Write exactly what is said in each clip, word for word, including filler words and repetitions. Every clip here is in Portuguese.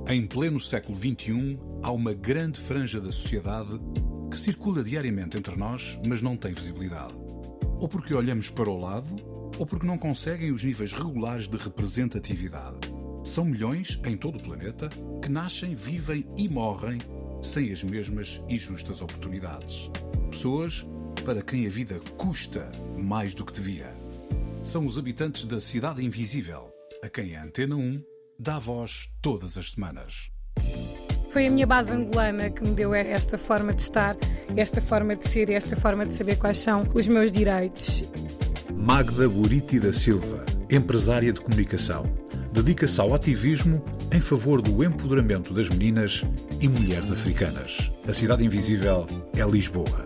Em pleno século vinte e um, há uma grande franja da sociedade que circula diariamente entre nós, mas não tem visibilidade. Ou porque olhamos para o lado, ou porque não conseguem os níveis regulares de representatividade. São milhões em todo o planeta que nascem, vivem e morrem sem as mesmas e justas oportunidades. Pessoas para quem a vida custa mais do que devia. São os habitantes da Cidade Invisível, a quem a Antena um dá voz todas as semanas. Foi a minha base angolana que me deu esta forma de estar, esta forma de ser e esta forma de saber quais são os meus direitos. Magda Buriti da Silva, empresária de comunicação, dedica-se ao ativismo em favor do empoderamento das meninas e mulheres africanas. A Cidade Invisível é Lisboa.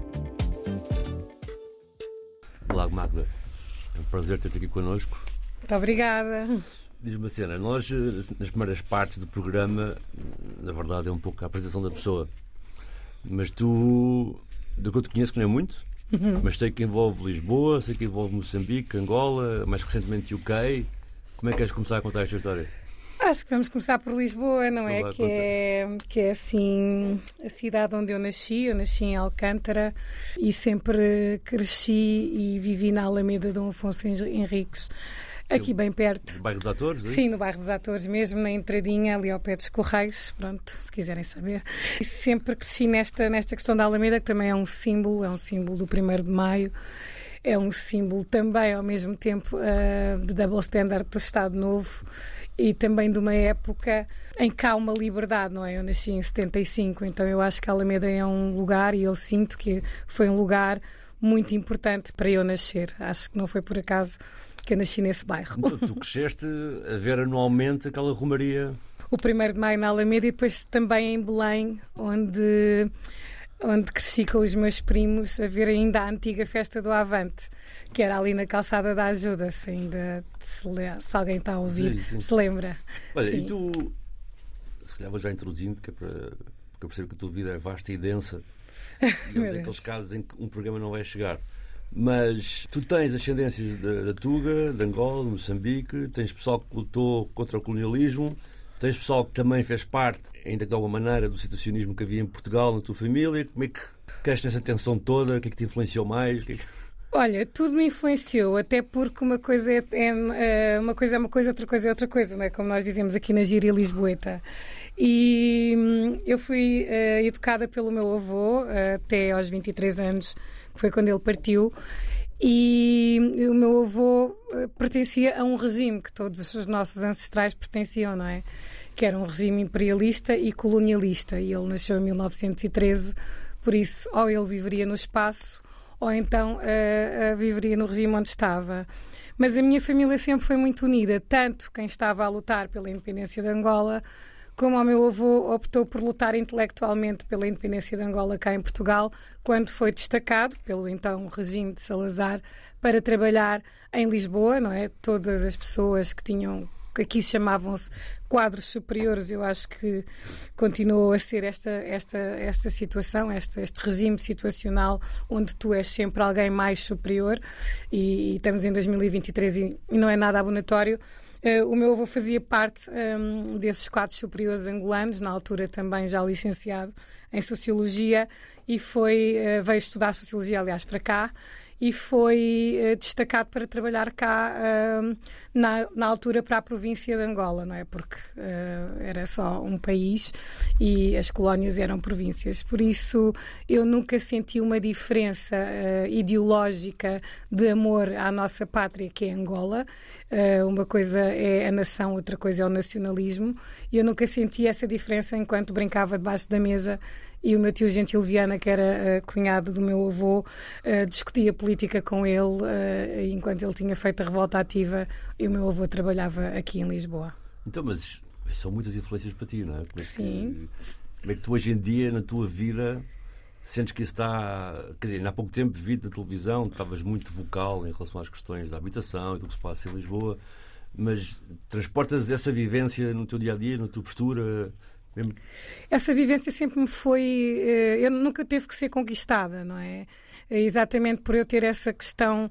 Olá, Magda. É um prazer ter-te aqui connosco. Muito obrigada. Diz-me uma cena, nós, nas primeiras partes do programa, na verdade é um pouco a apresentação da pessoa, mas tu, do que eu te conheço, que não é muito, uhum. mas sei que envolve Lisboa, sei que envolve Moçambique, Angola, mais recentemente U K. Como é que queres começar a contar esta história? Acho que vamos começar por Lisboa, não é? Que, é? que é assim a cidade onde eu nasci. Eu nasci em Alcântara e sempre cresci e vivi na Alameda Dom Afonso Henriques. Aqui bem perto. No bairro dos Atores? É? Sim, no bairro dos Atores mesmo, na entradinha, ali ao pé dos Correios, pronto, se quiserem saber. E sempre cresci nesta, nesta questão da Alameda, que também é um símbolo, é um símbolo do primeiro de maio, é um símbolo também, ao mesmo tempo, uh, de double standard do Estado Novo e também de uma época em que há uma liberdade, não é? Eu nasci em setenta e cinco, então eu acho que a Alameda é um lugar, e eu sinto que foi um lugar muito importante para eu nascer. Acho que não foi por acaso que eu nasci nesse bairro. Então, tu cresceste a ver anualmente aquela romaria? O primeiro de maio na Alameda e depois também em Belém, onde, onde cresci com os meus primos a ver ainda a antiga festa do Avante, que era ali na calçada da Ajuda, se ainda se, se alguém está a ouvir, sim, sim. se lembra. Olha, sim. E tu, se calhar vou já introduzindo, que é para, porque eu percebo que a tua vida é vasta e densa, e é um daqueles casos em que um programa não vai chegar. Mas tu tens ascendências da, da Tuga, de Angola, de Moçambique, tens pessoal que lutou contra o colonialismo, tens pessoal que também fez parte, ainda de alguma maneira, do situacionismo que havia em Portugal, na tua família. Como é que queres nessa tensão toda? O que é que te influenciou mais? O que é que... Olha, tudo me influenciou, até porque uma coisa é, é, uma coisa é uma coisa, outra coisa é outra coisa, não é? Como nós dizemos aqui na gíria lisboeta. E hum, eu fui uh, educada pelo meu avô uh, até aos vinte e três anos, que foi quando ele partiu, e o meu avô uh, pertencia a um regime que todos os nossos ancestrais pertenciam, não é? Que era um regime imperialista e colonialista, e ele nasceu em mil novecentos e treze, por isso ou ele viveria no espaço ou então uh, uh, viveria no regime onde estava. Mas a minha família sempre foi muito unida, tanto quem estava a lutar pela independência de Angola, como o meu avô optou por lutar intelectualmente pela independência de Angola cá em Portugal, quando foi destacado pelo então regime de Salazar para trabalhar em Lisboa, não é? Todas as pessoas que tinham, que aqui chamavam-se quadros superiores, eu acho que continuou a ser esta, esta, esta situação, este, este regime situacional onde tu és sempre alguém mais superior, e, e estamos em dois mil e vinte e três e, e não é nada abonatório. Uh, o meu avô fazia parte um, desses quadros superiores angolanos, na altura também já licenciado em Sociologia, e foi, uh, veio estudar Sociologia, aliás, para cá, e foi uh, destacado para trabalhar cá uh, na, na altura para a província de Angola, não é? Porque uh, era só um país e as colónias eram províncias. Por isso eu nunca senti uma diferença uh, ideológica de amor à nossa pátria, que é Angola. Uh, uma coisa é a nação, outra coisa é o nacionalismo, e eu nunca senti essa diferença enquanto brincava debaixo da mesa e o meu tio Gentil Viana, que era uh, cunhado do meu avô, uh, discutia política com ele uh, enquanto ele tinha feito a revolta ativa e o meu avô trabalhava aqui em Lisboa. Então, mas são muitas influências para ti, não é? Como é Sim. Que, como é que tu hoje em dia, na tua vida, sentes que isso está... Quer dizer, há pouco tempo, vi na televisão, estavas muito vocal em relação às questões da habitação e do que se passa em Lisboa, mas transportas essa vivência no teu dia-a-dia, na tua postura... Mesmo... Essa vivência sempre me foi... Eu nunca teve que ser conquistada, não é? Exatamente por eu ter essa questão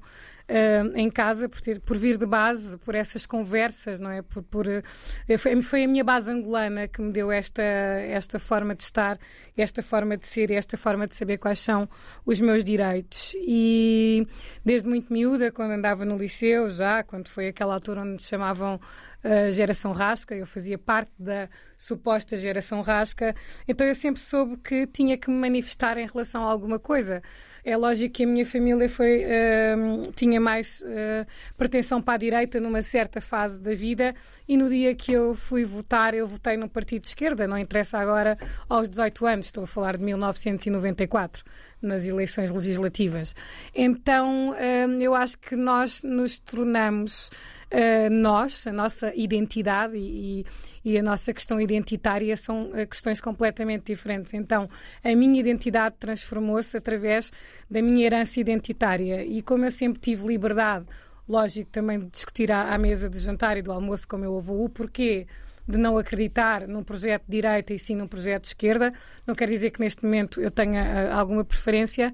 uh, em casa, por, ter, por vir de base, por essas conversas, não é? Por, por, uh, foi, foi a minha base angolana que me deu esta, esta forma de estar, esta forma de ser e esta forma de saber quais são os meus direitos. E desde muito miúda, quando andava no liceu, já, quando foi aquela altura onde chamavam a geração rasca, eu fazia parte da suposta geração rasca, então eu sempre soube que tinha que me manifestar em relação a alguma coisa. É lógico que a minha família foi, uh, tinha mais uh, pretensão para a direita numa certa fase da vida, e no dia que eu fui votar, eu votei num partido de esquerda, não interessa agora aos dezoito anos, estou a falar de mil novecentos e noventa e quatro, nas eleições legislativas. Então, uh, eu acho que nós nos tornamos Uh, nós, a nossa identidade e, e a nossa questão identitária são uh, questões completamente diferentes. Então, a minha identidade transformou-se através da minha herança identitária, e como eu sempre tive liberdade, lógico, também de discutir à, à mesa de jantar e do almoço com o meu avô o porquê de não acreditar num projeto de direita e sim num projeto de esquerda, não quer dizer que neste momento eu tenha uh, alguma preferência,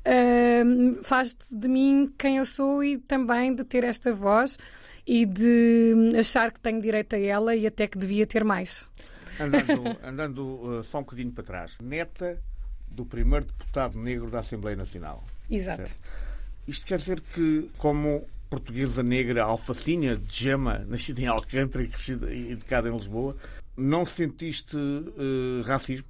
uh, faz de mim quem eu sou, e também de ter esta voz e de achar que tenho direito a ela e até que devia ter mais. Andando, andando uh, só um bocadinho para trás, neta do primeiro deputado negro da Assembleia Nacional. Exato. Certo? Isto quer dizer que, como portuguesa negra, alfacinha de gema, nascida em Alcântara e crescida e educada em Lisboa, não sentiste uh, racismo?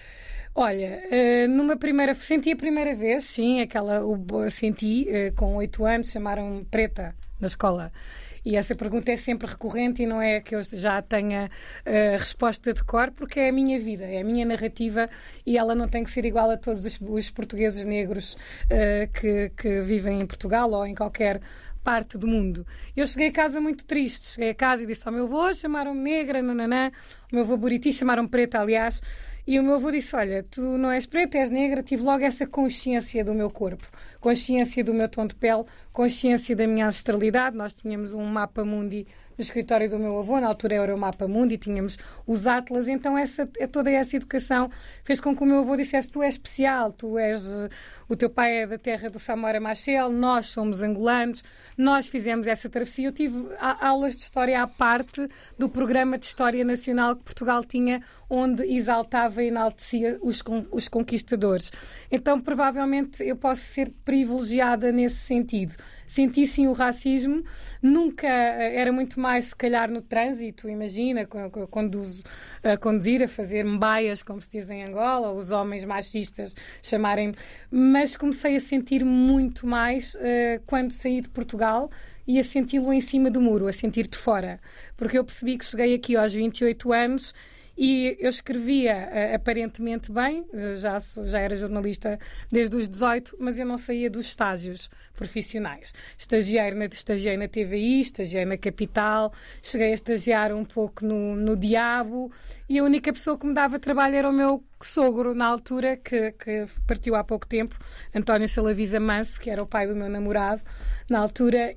Olha, uh, numa primeira, senti a primeira vez, sim, aquela, o, senti, uh, com oito anos, chamaram-me preta na escola. E essa pergunta é sempre recorrente, e não é que eu já tenha uh, resposta de cor, porque é a minha vida, é a minha narrativa, e ela não tem que ser igual a todos os, os portugueses negros uh, que, que vivem em Portugal ou em qualquer parte do mundo. Eu cheguei a casa muito triste. Cheguei a casa e disse ao meu avô, chamaram-me negra, nananã. O meu avô Buriti, chamaram-me preta, aliás. E o meu avô disse, olha, tu não és preta, és negra. Tive logo essa consciência do meu corpo, consciência do meu tom de pele, consciência da minha ancestralidade. Nós tínhamos um mapa mundi no escritório do meu avô, na altura era o mapa mundi, tínhamos os atlas, então essa, toda essa educação fez com que o meu avô dissesse, tu és especial, tu és, o teu pai é da terra do Samora Machel, nós somos angolanos, nós fizemos essa travessia. Eu tive aulas de história à parte do programa de História Nacional que Portugal tinha, onde exaltava e enaltecia os, os conquistadores. Então, provavelmente, eu posso ser privilegiada nesse sentido. Senti sim o racismo, nunca era muito mais, se calhar, no trânsito, imagina, conduzo, a conduzir, a fazer mbaias, como se diz em Angola, os homens machistas chamarem, mas comecei a sentir muito mais uh, quando saí de Portugal e a senti-lo em cima do muro, a sentir de fora, porque eu percebi que cheguei aqui aos vinte e oito anos e eu escrevia uh, aparentemente bem, já, sou, já era jornalista desde os dezoito, mas eu não saía dos estágios profissionais. Estagiei na, estagiei na T V I, estagiei na Capital, cheguei a estagiar um pouco no, no Diabo, e a única pessoa que me dava trabalho era o meu sogro, na altura, que, que partiu há pouco tempo, António Salavisa Manso, que era o pai do meu namorado, na altura,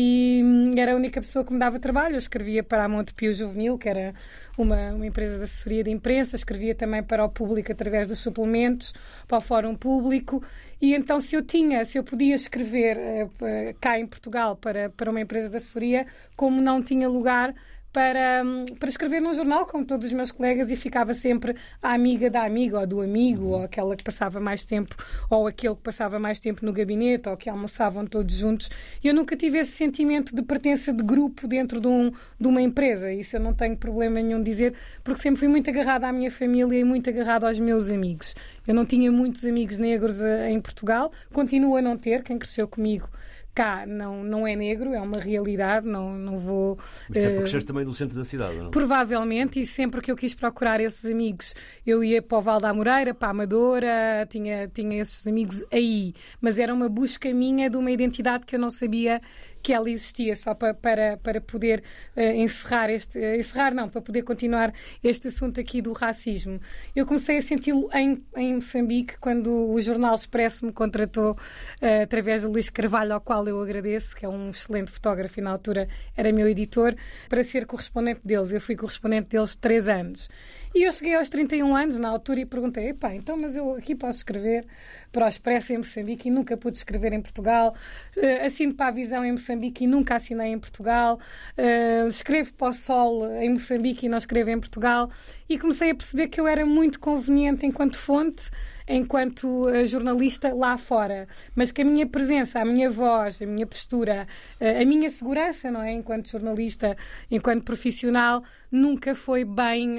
e era a única pessoa que me dava trabalho. Eu escrevia para a Montepio Juvenil, que era uma, uma empresa de assessoria de imprensa, escrevia também para o Público através dos suplementos, para o Fórum Público, e então se eu tinha, se eu podia escrever uh, cá em Portugal para, para uma empresa de assessoria, como não tinha lugar para, para escrever num jornal, como todos os meus colegas, e ficava sempre a amiga da amiga, ou do amigo, ou aquela que passava mais tempo, ou aquele que passava mais tempo no gabinete, ou que almoçavam todos juntos. E eu nunca tive esse sentimento de pertença de grupo dentro de, um, de uma empresa. Isso eu não tenho problema nenhum de dizer, porque sempre fui muito agarrada à minha família e muito agarrada aos meus amigos. Eu não tinha muitos amigos negros em Portugal, continuo a não ter. Quem cresceu comigo cá não, não é negro, é uma realidade, não, não vou... Mas isso é porque uh, cresceste também no centro da cidade, não? Provavelmente, e sempre que eu quis procurar esses amigos, eu ia para o Val da Amoreira, para a Amadora, tinha, tinha esses amigos aí, mas era uma busca minha de uma identidade que eu não sabia que que ela existia, só para, para, para poder uh, encerrar este... Uh, encerrar não, para poder continuar este assunto aqui do racismo. Eu comecei a senti-lo em, em Moçambique, quando o Jornal Expresso me contratou uh, através do Luís Carvalho, ao qual eu agradeço, que é um excelente fotógrafo e na altura era meu editor, para ser correspondente deles. Eu fui correspondente deles três anos. E eu cheguei aos trinta e um anos, na altura, e perguntei, epá, então, mas eu aqui posso escrever para o Expresso em Moçambique e nunca pude escrever em Portugal, uh, assino para a Visão em Moçambique e nunca assinei em Portugal, uh, escrevo para o Sol em Moçambique e não escrevo em Portugal, e comecei a perceber que eu era muito conveniente enquanto fonte, enquanto uh, jornalista lá fora, mas que a minha presença, a minha voz, a minha postura, uh, a minha segurança, não é, enquanto jornalista, enquanto profissional, nunca foi bem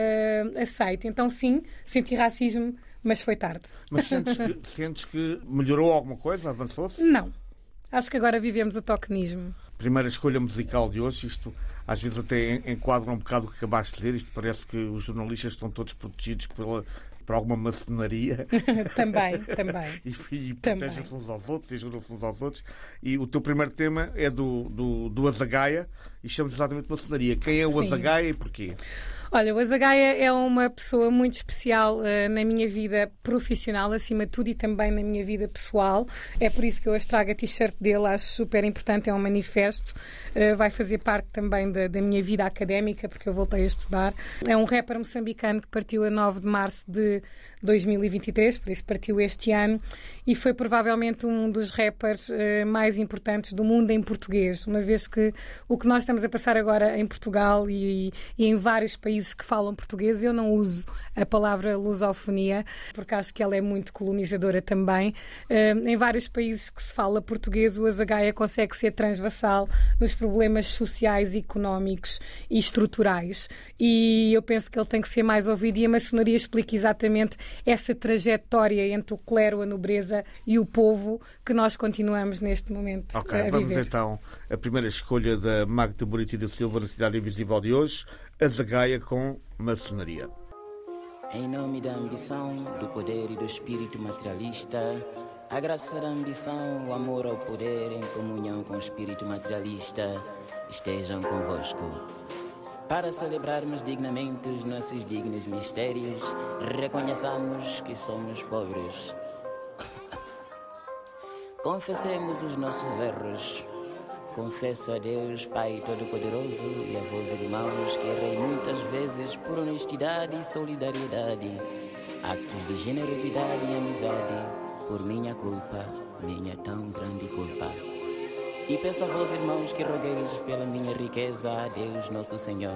uh, aceita. Então sim, senti racismo, mas foi tarde. Mas sentes que, sentes que melhorou alguma coisa? Avançou-se? Não. Acho que agora vivemos o tokenismo. Primeira escolha musical de hoje, isto às vezes até enquadra um bocado o que acabaste de dizer, isto parece que os jornalistas estão todos protegidos pela, por alguma maçonaria. Também, também. E, e protegem-se uns aos outros, e ajudam-se uns aos outros. E o teu primeiro tema é do, do, do Azagaia, e chama-se exatamente maçonaria. Quem é o Sim. Azagaia e porquê? Olha, o Azagaia é uma pessoa muito especial uh, na minha vida profissional, acima de tudo, e também na minha vida pessoal. É por isso que eu hoje trago a t-shirt dele, acho super importante, é um manifesto. Uh, vai fazer parte também da, da minha vida académica, porque eu voltei a estudar. É um rapper moçambicano que partiu a nove de março de dois mil e vinte e três, por isso partiu este ano, e foi provavelmente um dos rappers uh, mais importantes do mundo em português, uma vez que o que nós estamos a passar agora em Portugal e, e em vários países que falam português, eu não uso a palavra lusofonia, porque acho que ela é muito colonizadora também. Uh, em vários países que se fala português, o Azagaia consegue ser transversal nos problemas sociais, económicos e estruturais. E eu penso que ele tem que ser mais ouvido, e a maçonaria explica exatamente essa trajetória entre o clero, a nobreza e o povo que nós continuamos neste momento okay, a viver. Vamos então à primeira escolha da Magda Buriti da Silva na Cidade Invisível de hoje, Azagaia com maçonaria. Em nome da ambição, do poder e do espírito materialista, a graça da ambição, o amor ao poder em comunhão com o espírito materialista estejam convosco. Para celebrarmos dignamente os nossos dignos mistérios, reconheçamos que somos pobres. Confessemos os nossos erros. Confesso a Deus, Pai Todo-Poderoso, e a vós, irmãos, que errei muitas vezes por honestidade e solidariedade, actos de generosidade e amizade, por minha culpa, minha tão grande culpa. E peço a vós, irmãos, que rogueis pela minha riqueza a Deus Nosso Senhor.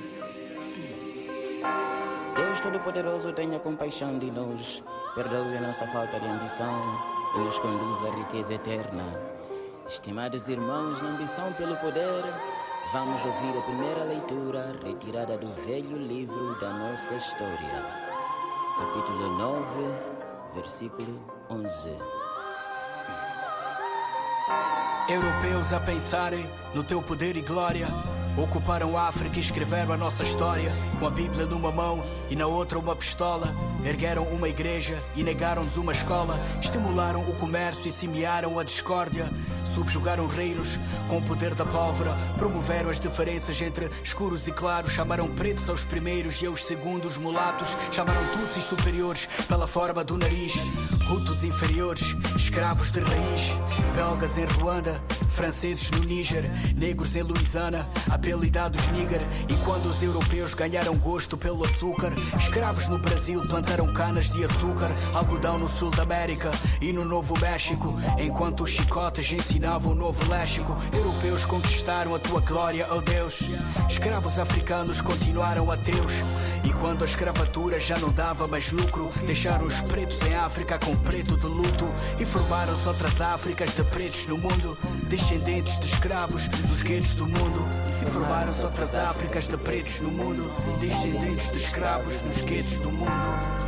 Deus Todo-Poderoso, tenha compaixão de nós, perdoe a nossa falta de ambição e nos conduza à riqueza eterna. Estimados irmãos, na ambição pelo poder, vamos ouvir a primeira leitura retirada do velho livro da nossa história. Capítulo nove, versículo onze. Europeus a pensarem no teu poder e glória, ocuparam a África e escreveram a nossa história, com a Bíblia numa mão e na outra uma pistola. Ergueram uma igreja e negaram-nos uma escola, estimularam o comércio e semearam a discórdia, subjugaram reinos com o poder da pólvora, promoveram as diferenças entre escuros e claros, chamaram pretos aos primeiros e aos segundos mulatos, chamaram tutsis superiores pela forma do nariz, hutus inferiores, escravos de raiz, belgas em Ruanda, franceses no Níger, negros em Louisiana, apelidados níger. E quando os europeus ganharam gosto pelo açúcar, escravos no Brasil plantaram canas de açúcar, algodão no sul da América e no Novo México, enquanto os chicotes ensinavam o novo léxico. Europeus conquistaram a tua glória, ó Deus, escravos africanos continuaram ateus. E quando a escravatura já não dava mais lucro, deixaram os pretos em África com preto de luto, e formaram-se outras Áfricas de pretos no mundo, descendentes de escravos nos guetos do mundo. E formaram-se outras Áfricas de pretos no mundo, descendentes de escravos nos guetos do mundo.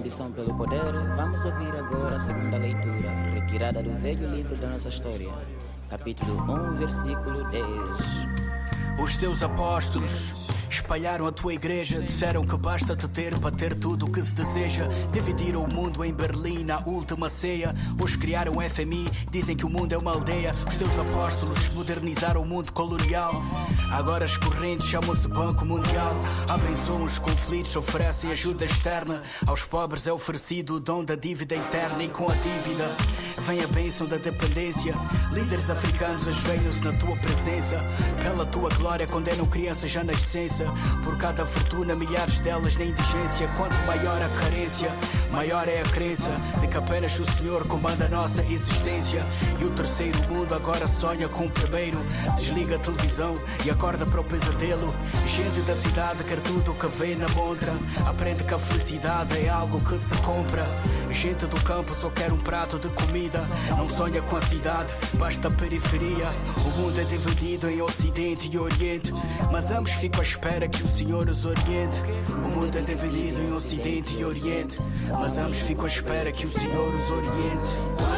tradição pelo poder, vamos ouvir agora a segunda leitura, retirada do velho livro da nossa história, capítulo um, versículo dez. Os teus apóstolos espalharam a tua igreja, disseram que basta te ter para ter tudo o que se deseja. Dividiram o mundo em Berlim na última ceia. Hoje criaram o F M I, dizem que o mundo é uma aldeia. Os teus apóstolos modernizaram o mundo colonial. Agora as correntes chamam-se Banco Mundial. Abençoam os conflitos, oferecem ajuda externa. Aos pobres é oferecido o dom da dívida eterna. E com a dívida vem a bênção da dependência. Líderes africanos ajoelham-se na tua presença. Pela tua glória condenam crianças já na essência. Por cada fortuna, milhares delas na indigência. Quanto maior a carência, maior é a crença de que apenas o Senhor comanda a nossa existência. E o terceiro mundo agora sonha com o primeiro. Desliga a televisão e acorda para o pesadelo. Gente da cidade quer tudo o que vê na montra. Aprende que a felicidade é algo que se compra. Gente do campo só quer um prato de comida. Não sonha com a cidade, basta a periferia. O mundo é dividido em Ocidente e Oriente, mas ambos ficam à espera que o Senhor os oriente. O mundo é dividido em Ocidente e Oriente, mas ambos ficam à espera que o Senhor os oriente.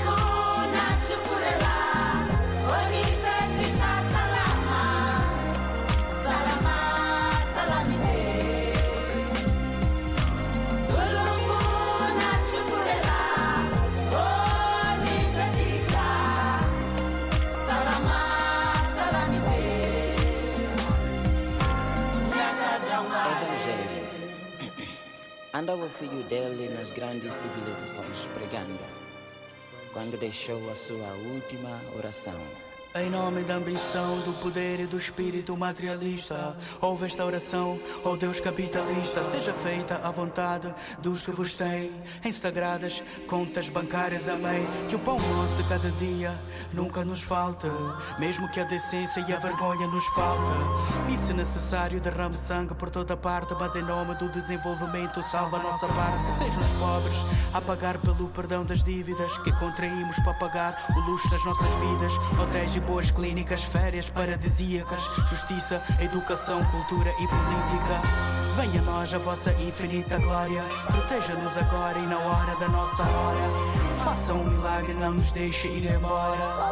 Andava o filho dele nas grandes civilizações pregando, quando deixou a sua última oração. Em nome da ambição, do poder e do espírito materialista, houve esta oração, ó Deus capitalista, seja feita a vontade dos que vos têm em sagradas contas bancárias, amém. Que o pão nosso de cada dia nunca nos falte, mesmo que a decência e a vergonha nos falte. E se necessário derrame sangue por toda parte, mas em nome do desenvolvimento salva a nossa parte. Que sejam os pobres a pagar pelo perdão das dívidas que contraímos para pagar o luxo das nossas vidas. Hotéis e boas clínicas, férias paradisíacas, justiça, educação, cultura e política. Venha a nós a vossa infinita glória, proteja-nos agora e na hora da nossa hora. Faça um milagre, não nos deixe ir embora.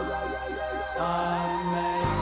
Amém.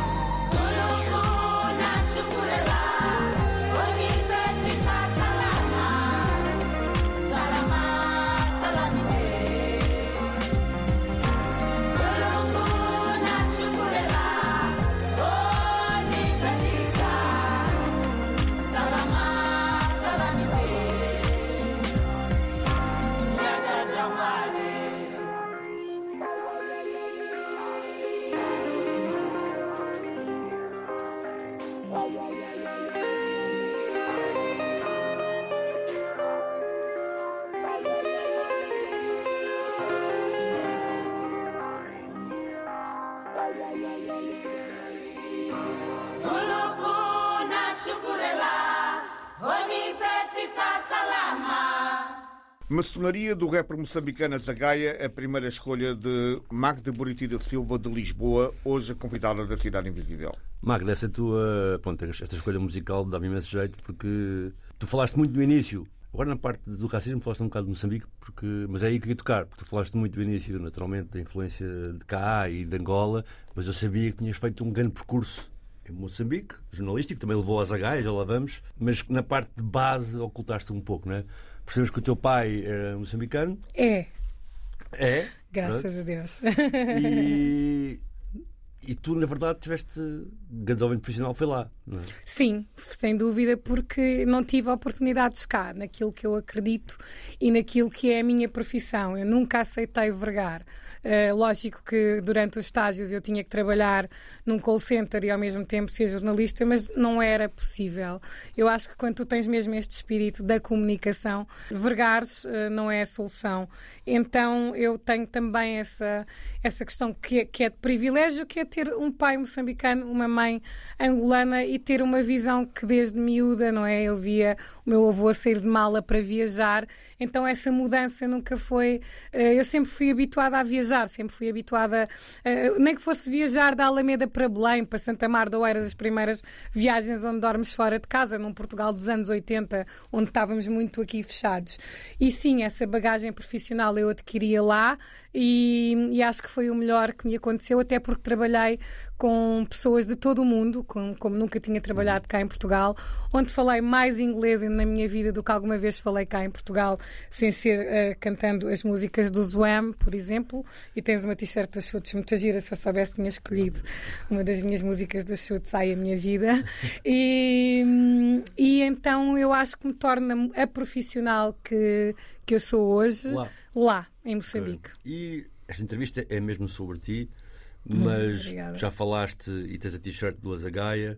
Maçonaria do rapper moçambicano Zagaia, a primeira escolha de Magda Buriti da Silva de Lisboa, hoje a convidada da Cidade Invisível. Magda, essa tua, pronto, esta escolha musical dá-me imenso jeito, porque tu falaste muito no início. Agora na parte do racismo falaste um bocado de Moçambique, porque, mas é aí que eu queria tocar, porque tu falaste muito do início, naturalmente, da influência de cá e de Angola, mas eu sabia que tinhas feito um grande percurso em Moçambique, jornalístico, também levou a Zagaia, já lá vamos, mas na parte de base ocultaste um pouco, não é? Percebemos que o teu pai era moçambicano. É. É. Graças a Deus. E, e tu, na verdade, tiveste... O desenvolvimento profissional foi lá, não é? Sim, sem dúvida, porque não tive oportunidades cá, naquilo que eu acredito e naquilo que é a minha profissão. Eu nunca aceitei vergar. Uh, lógico que durante os estágios eu tinha que trabalhar num call center e ao mesmo tempo ser jornalista, mas não era possível. Eu acho que quando tu tens mesmo este espírito da comunicação, vergares uh, não é a solução. Então eu tenho também essa, essa questão que é, que é de privilégio, que é ter um pai moçambicano, uma mãe angolana e ter uma visão que desde miúda, não é? Eu via o meu avô a sair de mala para viajar, então essa mudança nunca foi... Eu sempre fui habituada a viajar, sempre fui habituada, nem que fosse viajar da Alameda para Belém, para Santa Mar de Oeiras, as primeiras viagens onde dormes fora de casa, num Portugal dos anos oitenta, onde estávamos muito aqui fechados. E sim, essa bagagem profissional eu adquiria lá e, e acho que foi o melhor que me aconteceu, até porque trabalhei com pessoas de todo o mundo, com, como nunca tinha trabalhado cá em Portugal, onde falei mais inglês na minha vida do que alguma vez falei cá em Portugal, sem ser uh, cantando as músicas do Zwam, por exemplo, e tens uma t-shirt dos Chutes muito gira, se eu soubesse tinha escolhido uma das minhas músicas dos Chutes, Ai a Minha Vida, e, e então eu acho que me torna a profissional que, que eu sou hoje lá, lá em Moçambique. E esta entrevista é mesmo sobre ti, mas hum, já falaste e tens a t-shirt do Azagaia,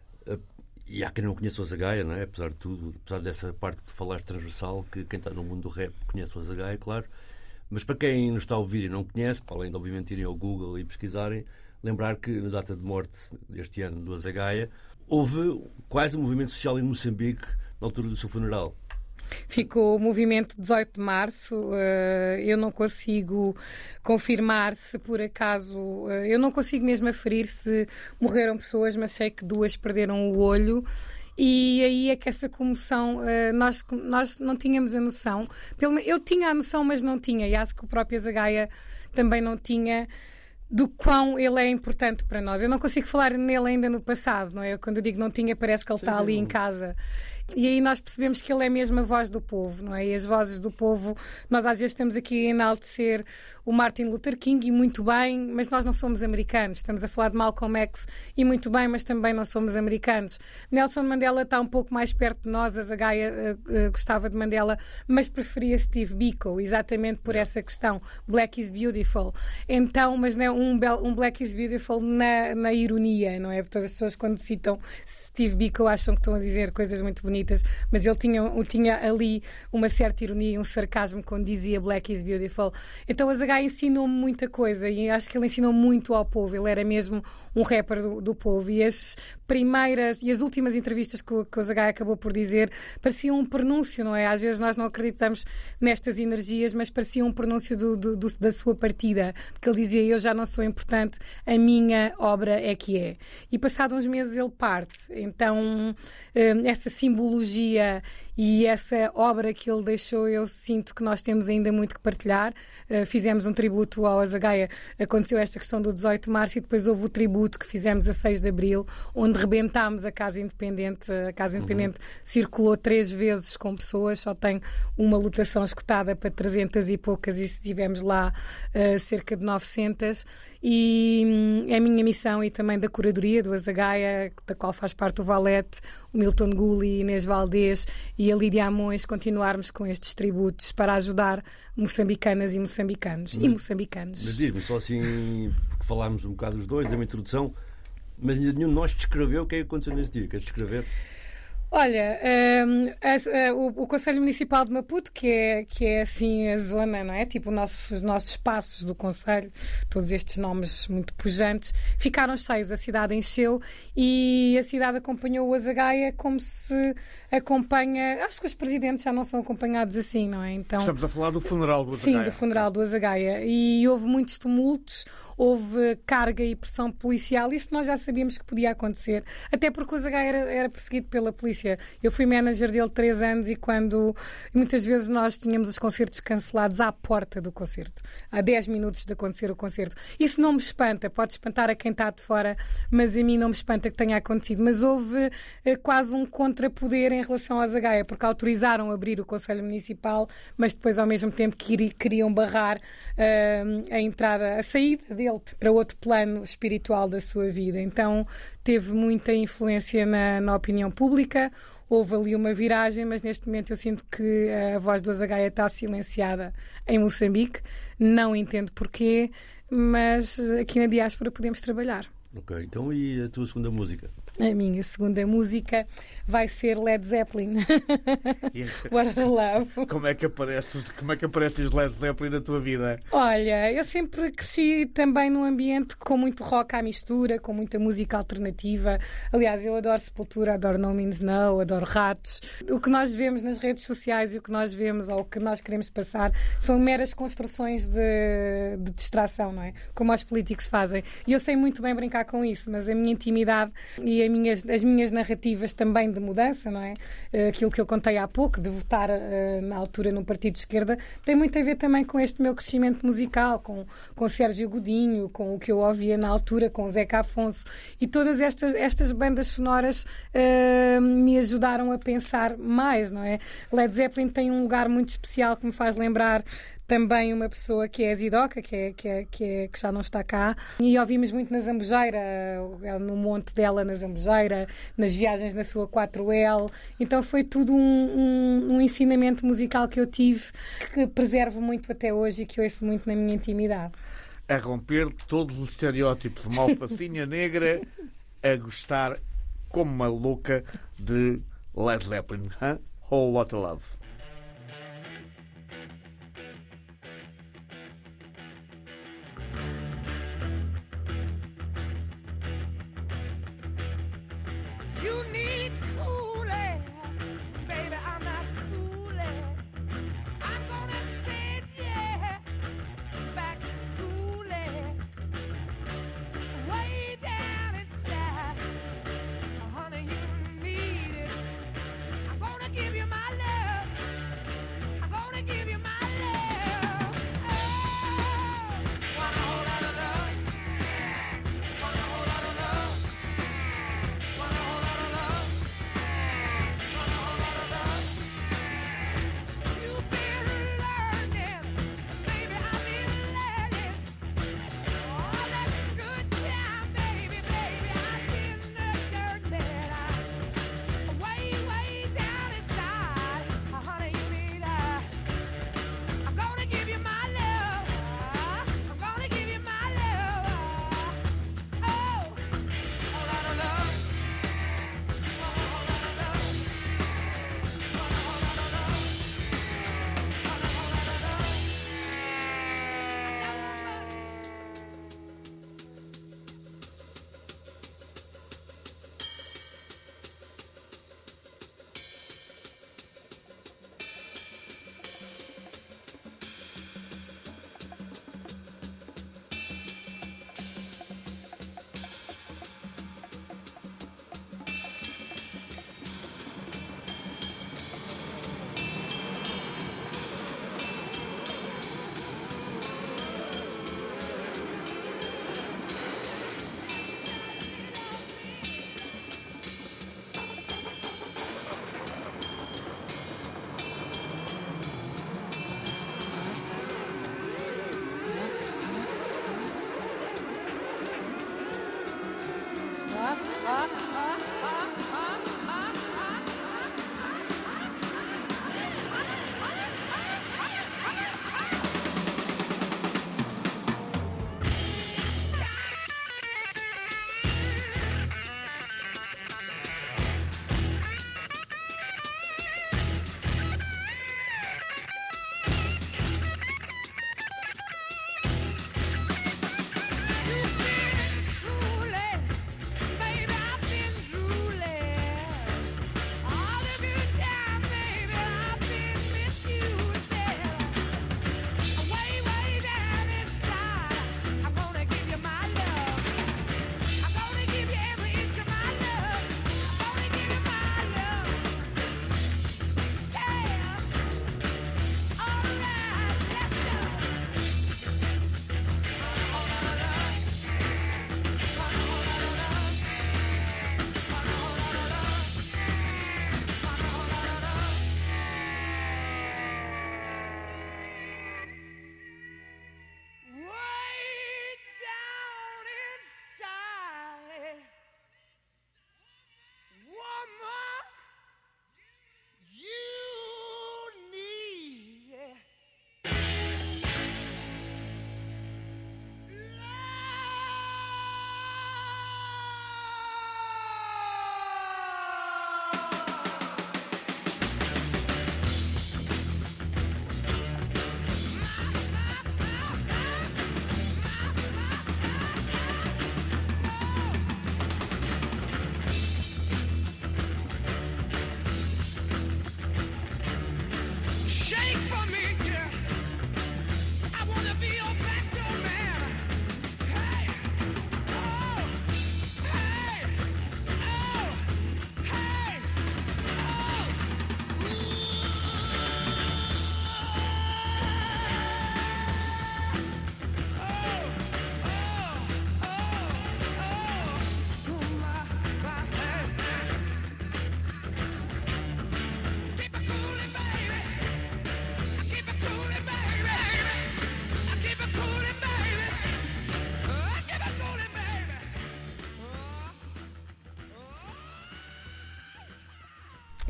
e há quem não conheça o Azagaia, não é? Apesar de tudo, apesar dessa parte que tu falaste transversal, que quem está no mundo do rap conhece o Azagaia, claro. Mas para quem nos está a ouvir e não conhece, para além de obviamente irem ao Google e pesquisarem, lembrar que na data de morte deste ano do Azagaia houve quase um movimento social em Moçambique na altura do seu funeral. Ficou o movimento dezoito de março. Eu não consigo confirmar se por acaso, eu não consigo mesmo aferir se morreram pessoas, mas sei que duas perderam o olho. E aí é que essa comoção, nós, nós não tínhamos a noção. Eu tinha a noção, mas não tinha, e acho que o próprio Azagaia também não tinha, do quão ele é importante para nós. Eu não consigo falar nele ainda no passado, não é? Quando eu digo não tinha, parece que ele está ali em casa. E aí nós percebemos que ele é mesmo a voz do povo, não é? E as vozes do povo, nós às vezes estamos aqui a enaltecer o Martin Luther King, e muito bem, mas nós não somos americanos. Estamos a falar de Malcolm X, e muito bem, mas também não somos americanos. Nelson Mandela está um pouco mais perto de nós, a Azagaia uh, uh, gostava de Mandela, mas preferia Steve Biko, exatamente por essa questão. Black is beautiful. Então, mas não é um, um Black is beautiful na, na ironia, não é? Porque todas as pessoas quando citam Steve Biko acham que estão a dizer coisas muito bonitas, mas ele tinha, tinha ali uma certa ironia e um sarcasmo quando dizia Black is beautiful. Então a Azagaia ensinou-me muita coisa, e acho que ele ensinou muito ao povo. Ele era mesmo um rapper do, do povo, e as primeiras e as últimas entrevistas que o, que o Azagaia acabou por dizer pareciam um pronúncio, não é? Às vezes nós não acreditamos nestas energias, mas parecia um pronúncio do, do, do, da sua partida, porque ele dizia: eu já não sou importante, a minha obra é que é. E passados uns meses ele parte. Então essa simbologia e essa obra que ele deixou, eu sinto que nós temos ainda muito que partilhar. Uh, fizemos um tributo ao Azagaia, aconteceu esta questão do dezoito de março, e depois houve o tributo que fizemos a seis de abril, onde rebentámos a Casa Independente. A Casa Independente uhum. circulou três vezes com pessoas, só tem uma lotação esgotada para trezentas e poucas, e tivemos lá uh, cerca de novecentas. E hum, é a minha missão, e também da curadoria do Azagaia, da qual faz parte o Valete, o Milton Gulli, Inês Valdez e a Lídia Amões, continuarmos com estes tributos para ajudar moçambicanas e moçambicanos. Mas, e moçambicanos. Mas diz-me, só assim, porque falámos um bocado os dois, deu uma introdução, mas nenhum de nós descreveu o que é que aconteceu nesse dia. Queres descrever? Olha, um, a, a, o, o Conselho Municipal de Maputo, que é, que é assim a zona, não é? Tipo o nosso, os nossos espaços do Conselho, todos estes nomes muito pujantes, ficaram cheios, a cidade encheu, e a cidade acompanhou o Azagaia como se acompanha... Acho que os presidentes já não são acompanhados assim, não é? Então, estamos a falar do funeral do Azagaia. Sim, do funeral do Azagaia. E houve muitos tumultos, houve carga e pressão policial. Isso nós já sabíamos que podia acontecer, até porque o Azagaia era, era perseguido pela polícia. Eu fui manager dele três anos, e quando muitas vezes nós tínhamos os concertos cancelados à porta do concerto, há dez minutos de acontecer o concerto. Isso não me espanta, pode espantar a quem está de fora, mas a mim não me espanta que tenha acontecido. Mas houve eh, quase um contrapoder em relação ao Azagaia, porque autorizaram abrir o Conselho Municipal, mas depois ao mesmo tempo queriam barrar uh, a entrada, a saída dele para outro plano espiritual da sua vida. Então teve muita influência na, na opinião pública. Houve ali uma viragem, mas neste momento eu sinto que a voz do Azagaia está silenciada em Moçambique. Não entendo porquê, mas aqui na diáspora podemos trabalhar. Ok, então e a tua segunda música? A minha segunda música vai ser Led Zeppelin. What a Love. Como é que apareces, como é que apareces Led Zeppelin na tua vida? Olha, eu sempre cresci também num ambiente com muito rock à mistura, com muita música alternativa. Aliás, eu adoro Sepultura, adoro No Means No, adoro Ratos. O que nós vemos nas redes sociais e o que nós vemos ou o que nós queremos passar são meras construções de, de distração, não é? Como os políticos fazem. E eu sei muito bem brincar com isso, mas a minha intimidade e a minhas, as minhas narrativas também de mudança, não é? Aquilo que eu contei há pouco, de votar uh, na altura num partido de esquerda, tem muito a ver também com este meu crescimento musical, com, com Sérgio Godinho, com o que eu ouvia na altura, com Zeca Afonso, e todas estas, estas bandas sonoras uh, me ajudaram a pensar mais, não é? Led Zeppelin tem um lugar muito especial que me faz lembrar também uma pessoa que é a Zidoca, que, é, que, é, que, é, que já não está cá, e ouvimos muito na Zambujeira, no monte dela na Zambujeira, nas viagens na sua quatro L. Então foi tudo um, um, um ensinamento musical que eu tive, que preservo muito até hoje e que ouço muito na minha intimidade. A romper todos os estereótipos de uma alfacinha negra, a gostar como uma louca de Led Zeppelin. Huh? Whole Lotta Love. Give you my love.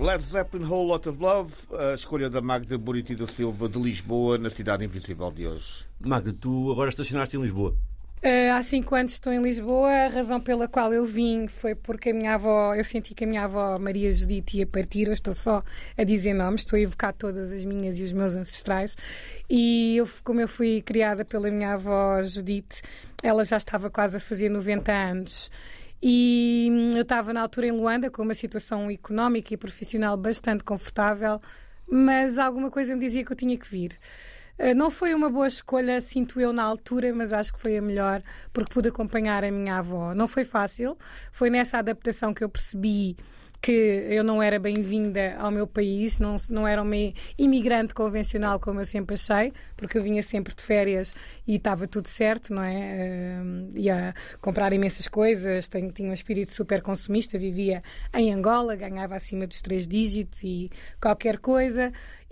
Led Zeppelin, Whole Lot of Love, a escolha da Magda Buriti da Silva de Lisboa na Cidade Invisível de hoje. Magda, tu agora estacionaste em Lisboa. Uh, há cinco anos estou em Lisboa. A razão pela qual eu vim foi porque a minha avó, eu senti que a minha avó Maria Judite ia partir. Eu estou só a dizer nomes, estou a evocar todas as minhas e os meus ancestrais. E eu, como eu fui criada pela minha avó Judite, ela já estava quase a fazer noventa anos. E eu estava na altura em Luanda com uma situação económica e profissional bastante confortável, mas alguma coisa me dizia que eu tinha que vir. Não foi uma boa escolha, sinto eu, na altura, mas acho que foi a melhor, porque pude acompanhar a minha avó. Não foi fácil, foi nessa adaptação que eu percebi que eu não era bem-vinda ao meu país, não, não era uma imigrante convencional como eu sempre achei, porque eu vinha sempre de férias e estava tudo certo, não é? Uh, ia comprar imensas coisas, tenho, tinha um espírito super consumista, vivia em Angola, ganhava acima dos três dígitos e qualquer coisa,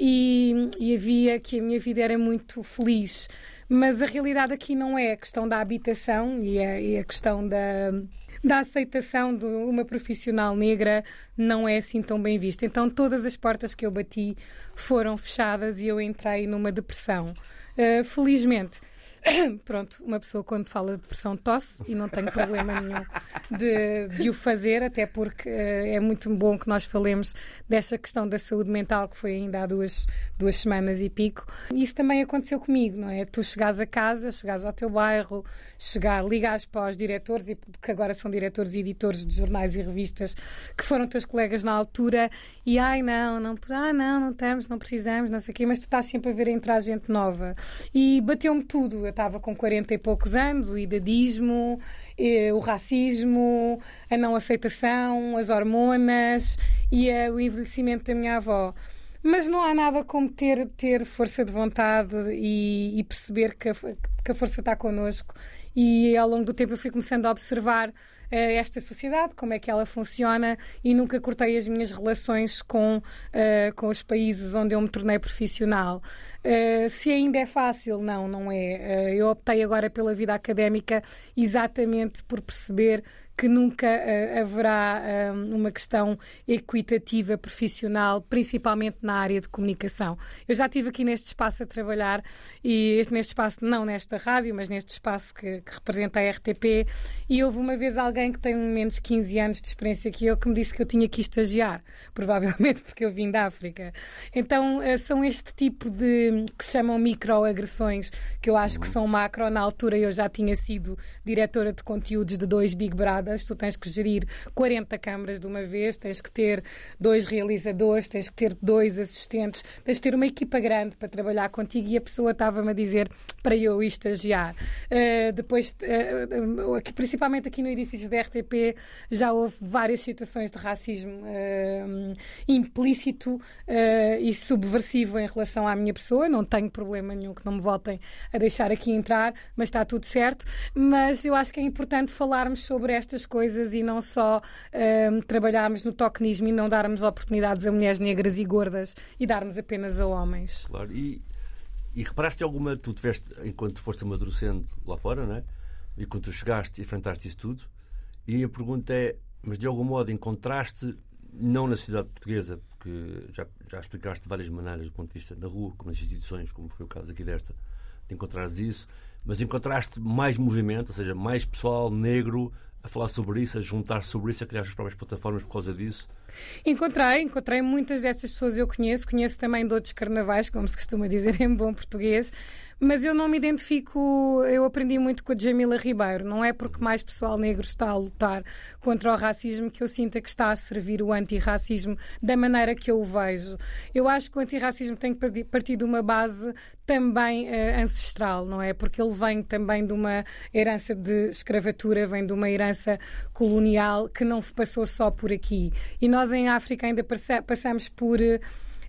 e, e havia que a minha vida era muito feliz. Mas a realidade aqui não é a questão da habitação e a, e a questão da... da aceitação de uma profissional negra não é assim tão bem vista. Então todas as portas que eu bati foram fechadas e eu entrei numa depressão. Uh, felizmente, pronto, uma pessoa quando fala de depressão tosse e não tenho problema nenhum de, de o fazer, até porque uh, é muito bom que nós falemos desta questão da saúde mental, que foi ainda há duas, duas semanas e pico. Isso também aconteceu comigo, não é? Tu chegares a casa, chegares ao teu bairro, chegar, ligares para os diretores, e que agora são diretores e editores de jornais e revistas, que foram teus colegas na altura, e ai não, não, ah, não, não estamos, não precisamos, não sei o quê, mas tu estás sempre a ver entrar gente nova. E bateu-me tudo. Eu estava com quarenta e poucos anos, o idadismo, o racismo, a não aceitação, as hormonas e o envelhecimento da minha avó. Mas não há nada como ter, ter força de vontade e, e perceber que a, que a força está connosco. E ao longo do tempo eu fui começando a observar uh, esta sociedade, como é que ela funciona, e nunca cortei as minhas relações com, uh, com os países onde eu me tornei profissional. Uh, se ainda é fácil, não, não é. Uh, eu optei agora pela vida académica exatamente por perceber que nunca uh, haverá uh, uma questão equitativa profissional, principalmente na área de comunicação. Eu já estive aqui neste espaço a trabalhar, e este, neste espaço, não nesta rádio, mas neste espaço que, que representa a R T P, e houve uma vez alguém que tem menos de quinze anos de experiência que eu, que me disse que eu tinha que estagiar, provavelmente porque eu vim da África. Então uh, são este tipo de, que se chamam microagressões, que eu acho que são macro. Na altura eu já tinha sido diretora de conteúdos de dois Big Brother. Tu tens que gerir quarenta câmaras de uma vez, tens que ter dois realizadores, tens que ter dois assistentes, tens que ter uma equipa grande para trabalhar contigo, e a pessoa estava-me a dizer para eu ir estagiar. Uh, depois, uh, aqui, principalmente aqui no edifício da R T P, já houve várias situações de racismo uh, implícito uh, e subversivo em relação à minha pessoa. Não tenho problema nenhum que não me voltem a deixar aqui entrar, mas está tudo certo. Mas eu acho que é importante falarmos sobre esta coisas e não só um, trabalharmos no tokenismo e não darmos oportunidades a mulheres negras e gordas e darmos apenas a homens. Claro, e, e reparaste alguma, tu tiveste, enquanto foste amadurecendo lá fora, não é? E quando tu chegaste e enfrentaste isso tudo, e a pergunta é, mas de algum modo encontraste, não na sociedade portuguesa, porque já, já explicaste de várias maneiras do ponto de vista na rua, como nas instituições, como foi o caso aqui desta, de encontrares isso, mas encontraste mais movimento, ou seja, mais pessoal negro a falar sobre isso, a juntar sobre isso, a criar as próprias plataformas por causa disso? Encontrei, encontrei muitas destas pessoas eu conheço, conheço também de outros carnavais, como se costuma dizer em bom português, mas eu não me identifico, eu aprendi muito com a Djamila Ribeiro, não é porque mais pessoal negro está a lutar contra o racismo que eu sinta que está a servir o antirracismo da maneira que eu o vejo. Eu acho que o antirracismo tem que partir de uma base também uh, ancestral, não é? Porque ele vem também de uma herança de escravatura, vem de uma herança colonial que não passou só por aqui. E nós em África ainda passamos por... Uh,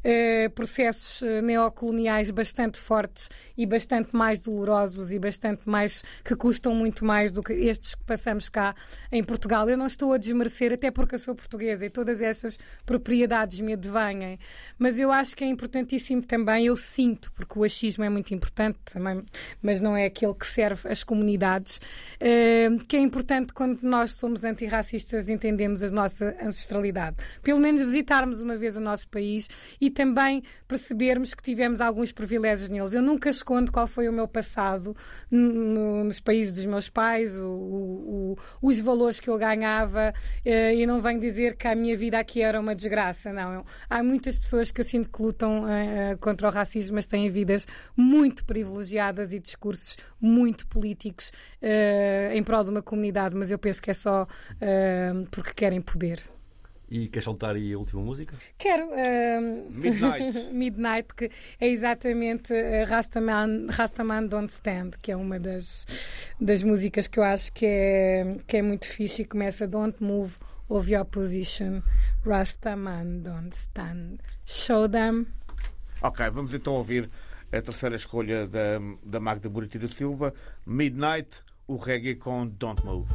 uh, processos neocoloniais bastante fortes e bastante mais dolorosos e bastante mais, que custam muito mais do que estes que passamos cá em Portugal. Eu não estou a desmerecer, até porque eu sou portuguesa e todas essas propriedades me advêm, mas eu acho que é importantíssimo também, eu sinto, porque o achismo é muito importante também, mas não é aquele que serve às comunidades, uh, que é importante quando nós somos antirracistas entendermos a nossa ancestralidade. Pelo menos visitarmos uma vez o nosso país e também percebermos que tivemos alguns privilégios neles. Eu nunca escondo qual foi o meu passado no, nos países dos meus pais, o, o, os valores que eu ganhava, uh, e não venho dizer que a minha vida aqui era uma desgraça, não. Eu, há muitas pessoas que eu sinto que lutam uh, contra o racismo, mas têm vidas muito privilegiadas e discursos muito políticos uh, em prol de uma comunidade, mas eu penso que é só uh, porque querem poder. E queres soltar aí a última música? Quero. Uh, Midnight. Midnight, que é exatamente uh, Rastaman, Rastaman Don't Stand, que é uma das, das músicas que eu acho que é, que é muito fixe e começa Don't Move of Your Position, Rastaman Don't Stand. Show them. Ok, vamos então ouvir a terceira escolha da, da Magda Buriti da Silva, Midnight, o reggae com Don't Move.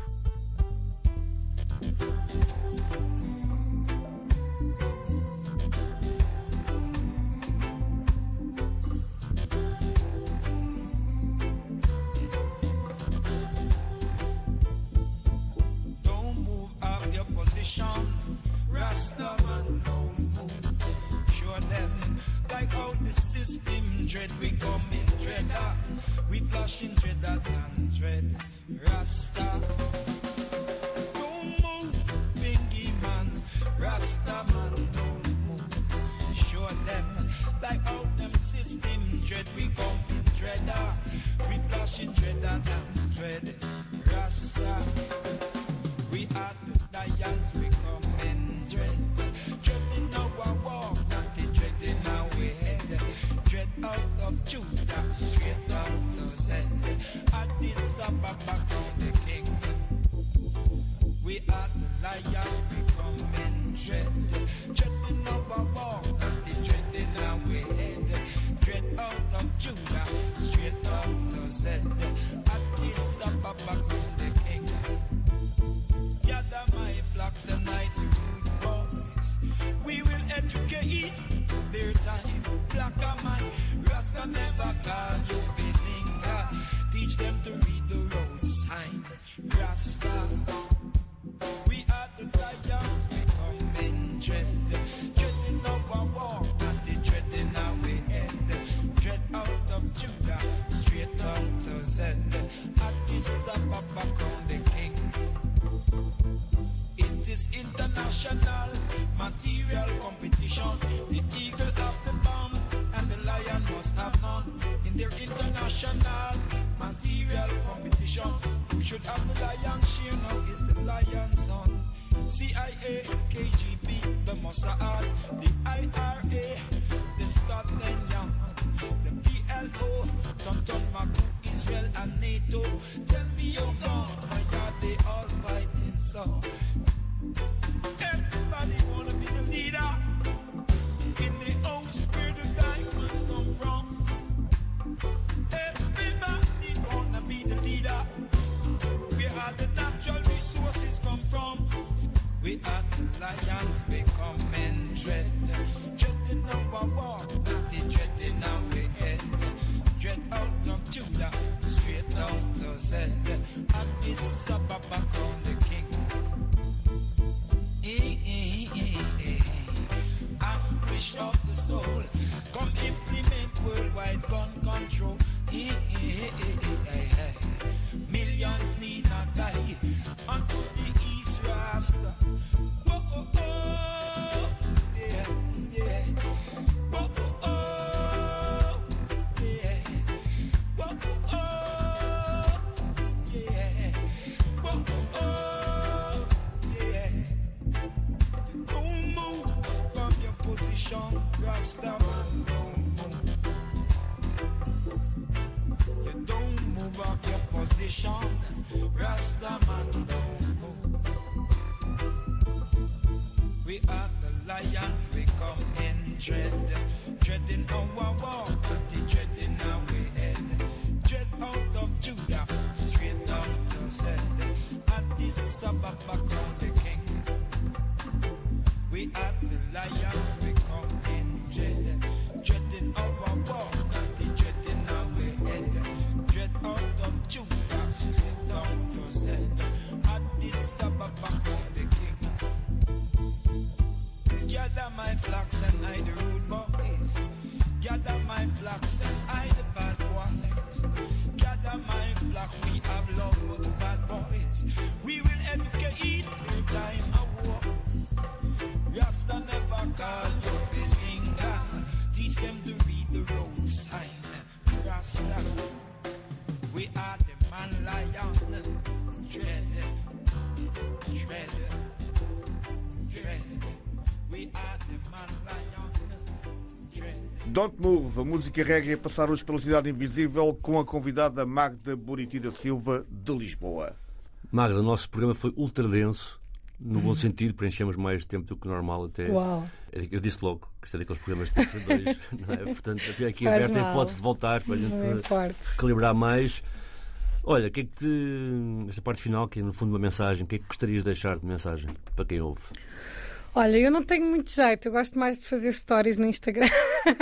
Don't move up your position, Rastaman, don't move. Show them like how the system dread, we come in dreader, we flashing dreader than dread, Rasta. Don't move, Bingy man, Rasta man, don't move. Show them like how them system dread, we come in dreader, we flashing dreader than dread, Rasta. We are the lions, we come in dread, dreading our walk, not the dreading our head. Dread out of Judah, straight out of Zed. Addis Ababa, crown the king. We are the lion, we come in dread, dreading our walk, not the dreading our head. Dread out of Judah, straight out of Zed. Addis Ababa, crown the king. Gather my flocks and night rude boys. We will educate their time. Black a man, Rasta never call you Belinga. Teach them to read the road sign. Rasta. We are the lions, we come in dread. Dreading our walk, not the dreading our head. Dread out of Judah, straight out of Zed. Addis Ababa, crown the king. It is international material competition. The eagle have the bomb and the lion must have none. In their international material competition, who should have the lion's share now is the lion's son. C I A, K G B, the Mossad, the I R A, the Scotland Yard, the P L O, Tonton Maku, Israel and NATO. Tell me, oh God, why are they all fighting so? Everybody wanna be the leader. In the house where the diamonds come from. Everybody wanna be the leader. Where all the natural resources come from. We are the lions, we come in dread. Dreading our walk, not the dreading our head. Dread out of Judah, straight out of Zed. Addis Ababa, crown the king. Anguish of the soul, come implement worldwide gun control. Millions need not die unto the East Rasta. Whoa, oh, oh, yeah, yeah. Whoa, oh, oh, yeah. Whoa, oh, oh, yeah. Whoa, oh, oh, yeah. Don't move from your position, Rasta man, don't move. You don't move off your position, Rasta man, don't move. We are the lions, we come in tread, treading our walk, the treading our head, tread out of Judah, straight down to Zed. Addis Ababa called the king. We are the lions, we come in dread, dreading our walk, the dreading our head, dread out of Judah, straight down to Zed. Addis Ababa called the king. Gather my flocks and hide the rude boys. Gather my flocks and hide the bad boys. Gather my flock, we have love for the bad boys. We will educate in time of war. Rasta never call you to linger. Teach them to read the road sign. Rasta, we are the man lion. Dread, dread, dread. We are the man lion. Dread. Don't Move, a música reggae a passar hoje pela Cidade Invisível com a convidada Magda Buriti da Silva, de Lisboa. Magda, o nosso programa foi ultra denso. No bom sentido, preenchemos mais tempo do que normal até. Uau. Eu disse logo que isto é daqueles programas de dois, não é? Portanto, até aqui Faz aberto a mal. hipótese de voltar para a gente Não importa. calibrar mais. Olha, o que é que te. Esta parte final, que é no fundo uma mensagem, o que é que gostarias de deixar de mensagem para quem ouve? Olha, eu não tenho muito jeito, eu gosto mais de fazer stories no Instagram.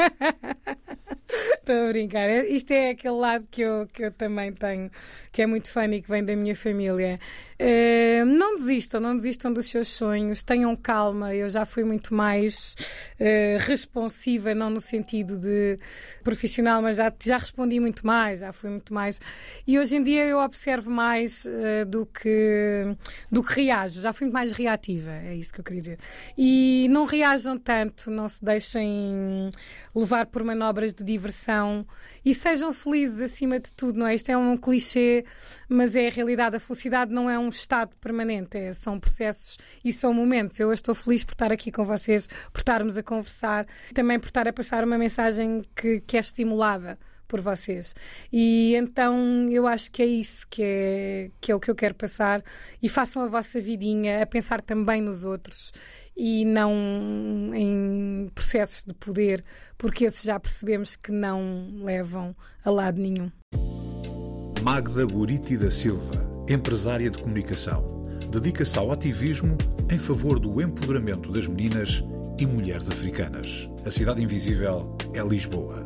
Estou a brincar. Isto é aquele lado que eu, que eu também tenho, que é muito fã e que vem da minha família. Uh, não desistam, não desistam dos seus sonhos, tenham calma. Eu já fui muito mais uh, responsiva, não no sentido de profissional, mas já, já respondi muito mais, já fui muito mais. E hoje em dia eu observo mais uh, do que, do que reajo, já fui muito mais reativa, é isso que eu queria dizer. E não reajam tanto, não se deixem levar por manobras de diversão e sejam felizes acima de tudo, não é? Isto é um clichê, mas é a realidade. A felicidade não é um estado permanente, é, são processos e são momentos. Eu estou feliz por estar aqui com vocês, por estarmos a conversar, também por estar a passar uma mensagem que, que é estimulada por vocês. E então eu acho que é isso que é, que é o que eu quero passar. E façam a vossa vidinha a pensar também nos outros e não em processos de poder, porque esses já percebemos que não levam a lado nenhum. Magda Buriti da Silva, empresária de comunicação, dedica-se ao ativismo em favor do empoderamento das meninas e mulheres africanas. A Cidade Invisível é Lisboa.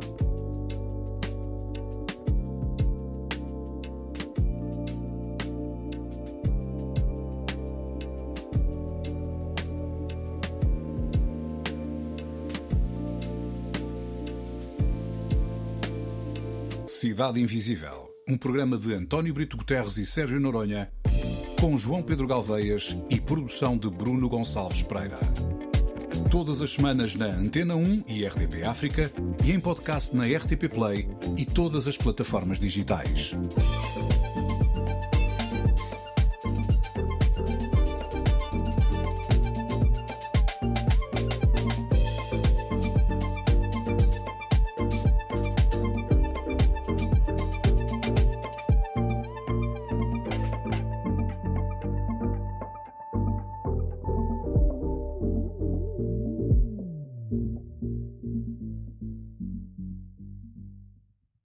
Cidade Invisível, um programa de António Brito Guterres e Sérgio Noronha, com João Pedro Galveias e produção de Bruno Gonçalves Pereira. Todas as semanas na Antena um e R T P África e em podcast na R T P Play e todas as plataformas digitais.